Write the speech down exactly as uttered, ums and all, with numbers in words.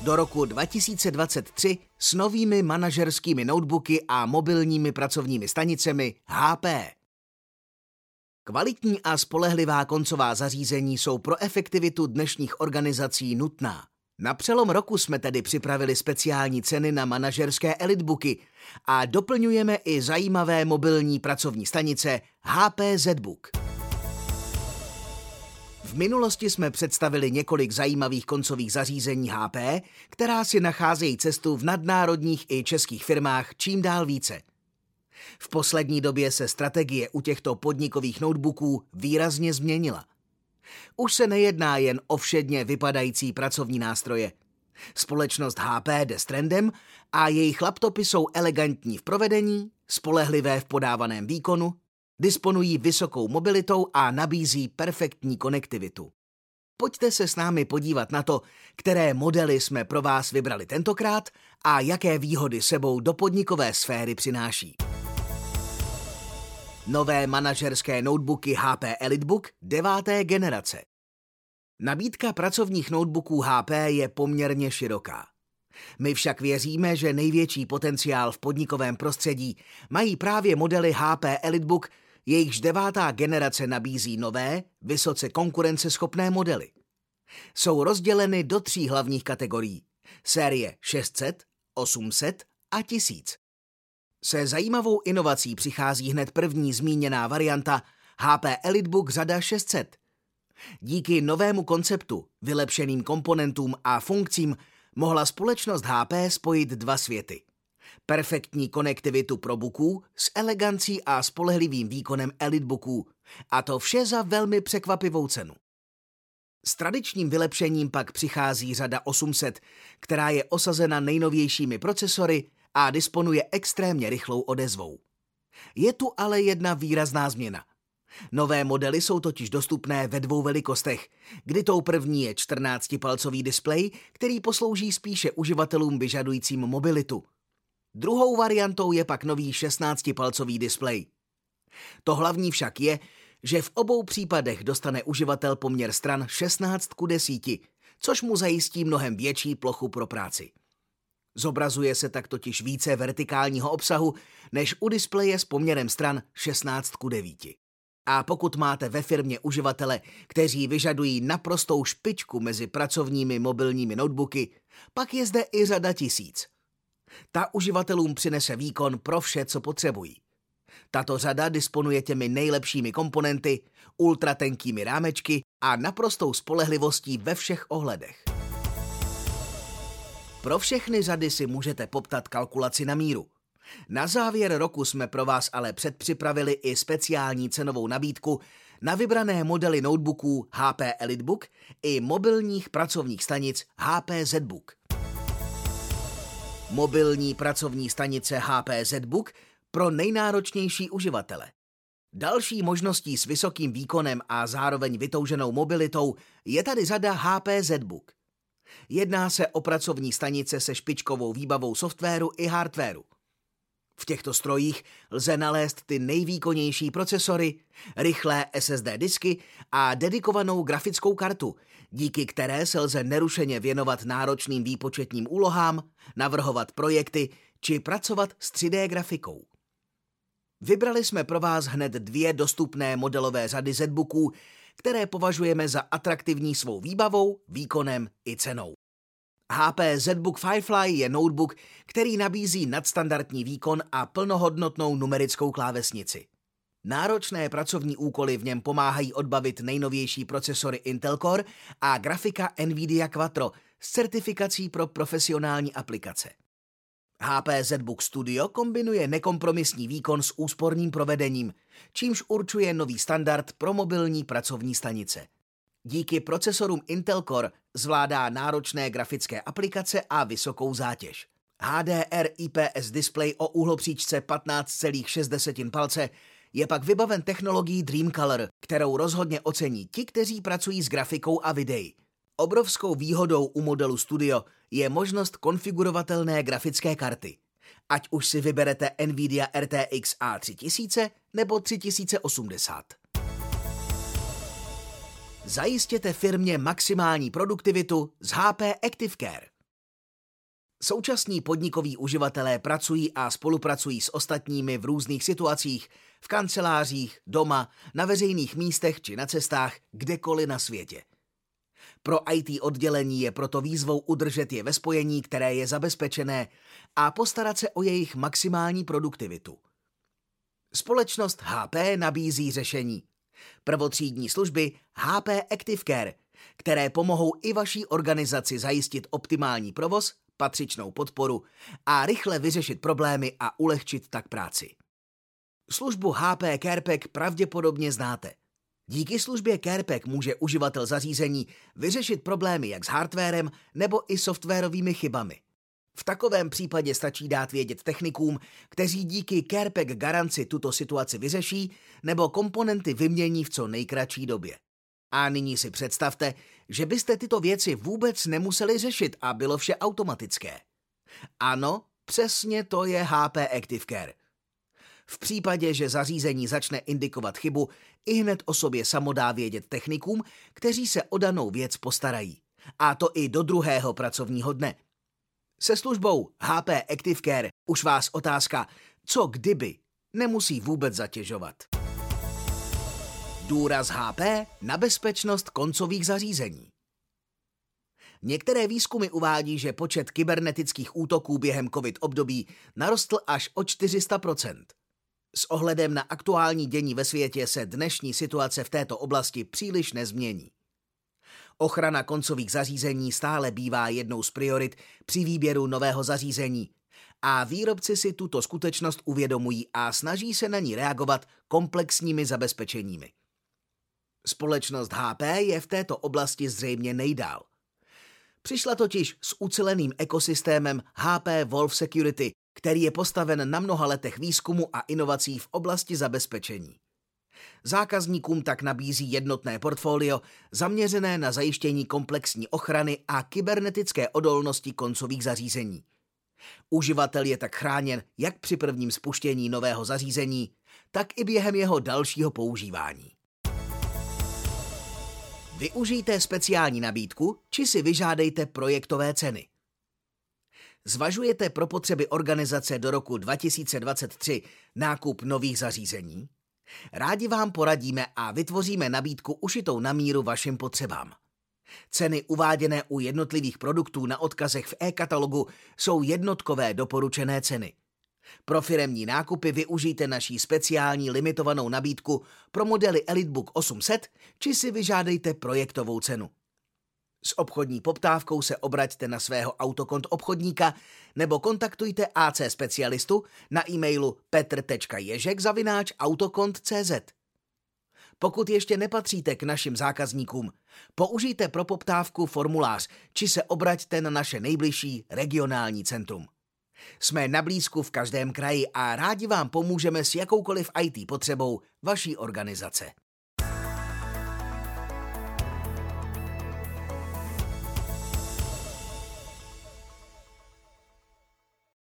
do roku dva tisíce dvacet tři s novými manažerskými notebooky a mobilními pracovními stanicemi H P. Kvalitní a spolehlivá koncová zařízení jsou pro efektivitu dnešních organizací nutná. Na přelom roku jsme tedy připravili speciální ceny na manažerské elitebooky a doplňujeme i zajímavé mobilní pracovní stanice H P ZBook. V minulosti jsme představili několik zajímavých koncových zařízení H P, která si nacházejí cestu v nadnárodních i českých firmách čím dál více. V poslední době se strategie u těchto podnikových notebooků výrazně změnila. Už se nejedná jen o všedně vypadající pracovní nástroje. Společnost H P jde s trendem a jejich laptopy jsou elegantní v provedení, spolehlivé v podávaném výkonu, disponují vysokou mobilitou a nabízí perfektní konektivitu. Pojďte se s námi podívat na to, které modely jsme pro vás vybrali tentokrát a jaké výhody sebou do podnikové sféry přináší. Nové manažerské notebooky H P EliteBook deváté generace. Nabídka pracovních notebooků H P je poměrně široká. My však věříme, že největší potenciál v podnikovém prostředí mají právě modely H P EliteBook, jejichž devátá generace nabízí nové, vysoce konkurenceschopné modely. Jsou rozděleny do tří hlavních kategorií: série šest set, osm set a tisíc. Se zajímavou inovací přichází hned první zmíněná varianta H P EliteBook řada šest set. Díky novému konceptu, vylepšeným komponentům a funkcím mohla společnost H P spojit dva světy. Perfektní konektivitu pro booků s elegancí a spolehlivým výkonem elitebooků, a to vše za velmi překvapivou cenu. S tradičním vylepšením pak přichází řada osm set, která je osazena nejnovějšími procesory a disponuje extrémně rychlou odezvou. Je tu ale jedna výrazná změna. Nové modely jsou totiž dostupné ve dvou velikostech, kdy tou první je čtrnáctipalcový displej, který poslouží spíše uživatelům vyžadujícím mobilitu. Druhou variantou je pak nový šestnáctipalcový displej. To hlavní však je, že v obou případech dostane uživatel poměr stran šestnáct ku deseti, což mu zajistí mnohem větší plochu pro práci. Zobrazuje se tak totiž více vertikálního obsahu než u displeje s poměrem stran šestnáct ku devíti. A pokud máte ve firmě uživatele, kteří vyžadují naprostou špičku mezi pracovními mobilními notebooky, pak je zde i řada tisíc. Ta uživatelům přinese výkon pro vše, co potřebují. Tato řada disponuje těmi nejlepšími komponenty, ultratenkými rámečky a naprostou spolehlivostí ve všech ohledech. Pro všechny řady si můžete poptat kalkulaci na míru. Na závěr roku jsme pro vás ale předpřipravili i speciální cenovou nabídku na vybrané modely notebooků H P EliteBook i mobilních pracovních stanic H P ZBook. Mobilní pracovní stanice H P ZBook pro nejnáročnější uživatele. Další možností s vysokým výkonem a zároveň vytouženou mobilitou je tady řada H P ZBook. Jedná se o pracovní stanice se špičkovou výbavou softwaru i hardwaru. V těchto strojích lze nalézt ty nejvýkonnější procesory, rychlé S S D disky a dedikovanou grafickou kartu, díky které se lze nerušeně věnovat náročným výpočetním úlohám, navrhovat projekty či pracovat s tři dé grafikou. Vybrali jsme pro vás hned dvě dostupné modelové řady ZBooků, které považujeme za atraktivní svou výbavou, výkonem i cenou. H P ZBook Firefly je notebook, který nabízí nadstandardní výkon a plnohodnotnou numerickou klávesnici. Náročné pracovní úkoly v něm pomáhají odbavit nejnovější procesory Intel Core a grafika Nvidia Quattro s certifikací pro profesionální aplikace. H P ZBook Studio kombinuje nekompromisní výkon s úsporným provedením, čímž určuje nový standard pro mobilní pracovní stanice. Díky procesorům Intel Core zvládá náročné grafické aplikace a vysokou zátěž. H D R I P S displej o úhlopříčce patnáct celá šest palce je pak vybaven technologií Dreamcolor, kterou rozhodně ocení ti, kteří pracují s grafikou a videí. Obrovskou výhodou u modelu Studio je možnost konfigurovatelné grafické karty. Ať už si vyberete Nvidia R T X A tři tisíce nebo tři tisíce osmdesát. Zajistěte firmě maximální produktivitu s H P ActiveCare. Současní podnikoví uživatelé pracují a spolupracují s ostatními v různých situacích, v kancelářích, doma, na veřejných místech či na cestách, kdekoliv na světě. Pro í té oddělení je proto výzvou udržet je ve spojení, které je zabezpečené, a postarat se o jejich maximální produktivitu. Společnost H P nabízí řešení. Prvotřídní služby H P Active Care, které pomohou i vaší organizaci zajistit optimální provoz, patřičnou podporu a rychle vyřešit problémy a ulehčit tak práci. Službu H P CarePack pravděpodobně znáte. Díky službě CarePack může uživatel zařízení vyřešit problémy jak s hardwarem nebo i softwarovými chybami. V takovém případě stačí dát vědět technikům, kteří díky CarePack garanci tuto situaci vyřeší nebo komponenty vymění v co nejkratší době. A nyní si představte, že byste tyto věci vůbec nemuseli řešit a bylo vše automatické. Ano, přesně to je H P Active Care. V případě, že zařízení začne indikovat chybu, ihned o sobě samo dá vědět technikům, kteří se o danou věc postarají. A to i do druhého pracovního dne. Se službou H P Active Care už vás otázka co kdyby nemusí vůbec zatěžovat. Důraz H P na bezpečnost koncových zařízení. Některé výzkumy uvádí, že počet kybernetických útoků během covid období narostl až o čtyři sta procent. S ohledem na aktuální dění ve světě se dnešní situace v této oblasti příliš nezmění. Ochrana koncových zařízení stále bývá jednou z priorit při výběru nového zařízení a výrobci si tuto skutečnost uvědomují a snaží se na ní reagovat komplexními zabezpečeními. Společnost H P je v této oblasti zřejmě nejdál. Přišla totiž s uceleným ekosystémem H P Wolf Security, který je postaven na mnoha letech výzkumu a inovací v oblasti zabezpečení. Zákazníkům tak nabízí jednotné portfolio zaměřené na zajištění komplexní ochrany a kybernetické odolnosti koncových zařízení. Uživatel je tak chráněn jak při prvním spuštění nového zařízení, tak i během jeho dalšího používání. Využijte speciální nabídku, či si vyžádejte projektové ceny. Zvažujete pro potřeby organizace do roku dva tisíce dvacet tři nákup nových zařízení? Rádi vám poradíme a vytvoříme nabídku ušitou na míru vašim potřebám. Ceny uváděné u jednotlivých produktů na odkazech v e-katalogu jsou jednotkové doporučené ceny. Pro firemní nákupy využijte naší speciální limitovanou nabídku pro modely EliteBook osm set, či si vyžádejte projektovou cenu. S obchodní poptávkou se obraťte na svého Autokont obchodníka nebo kontaktujte A C specialistu na e-mailu petr tečka ježek zavináč autokont tečka cé zet. Pokud ještě nepatříte k našim zákazníkům, použijte pro poptávku formulář či se obraťte na naše nejbližší regionální centrum. Jsme na blízku v každém kraji a rádi vám pomůžeme s jakoukoliv í té potřebou vaší organizace.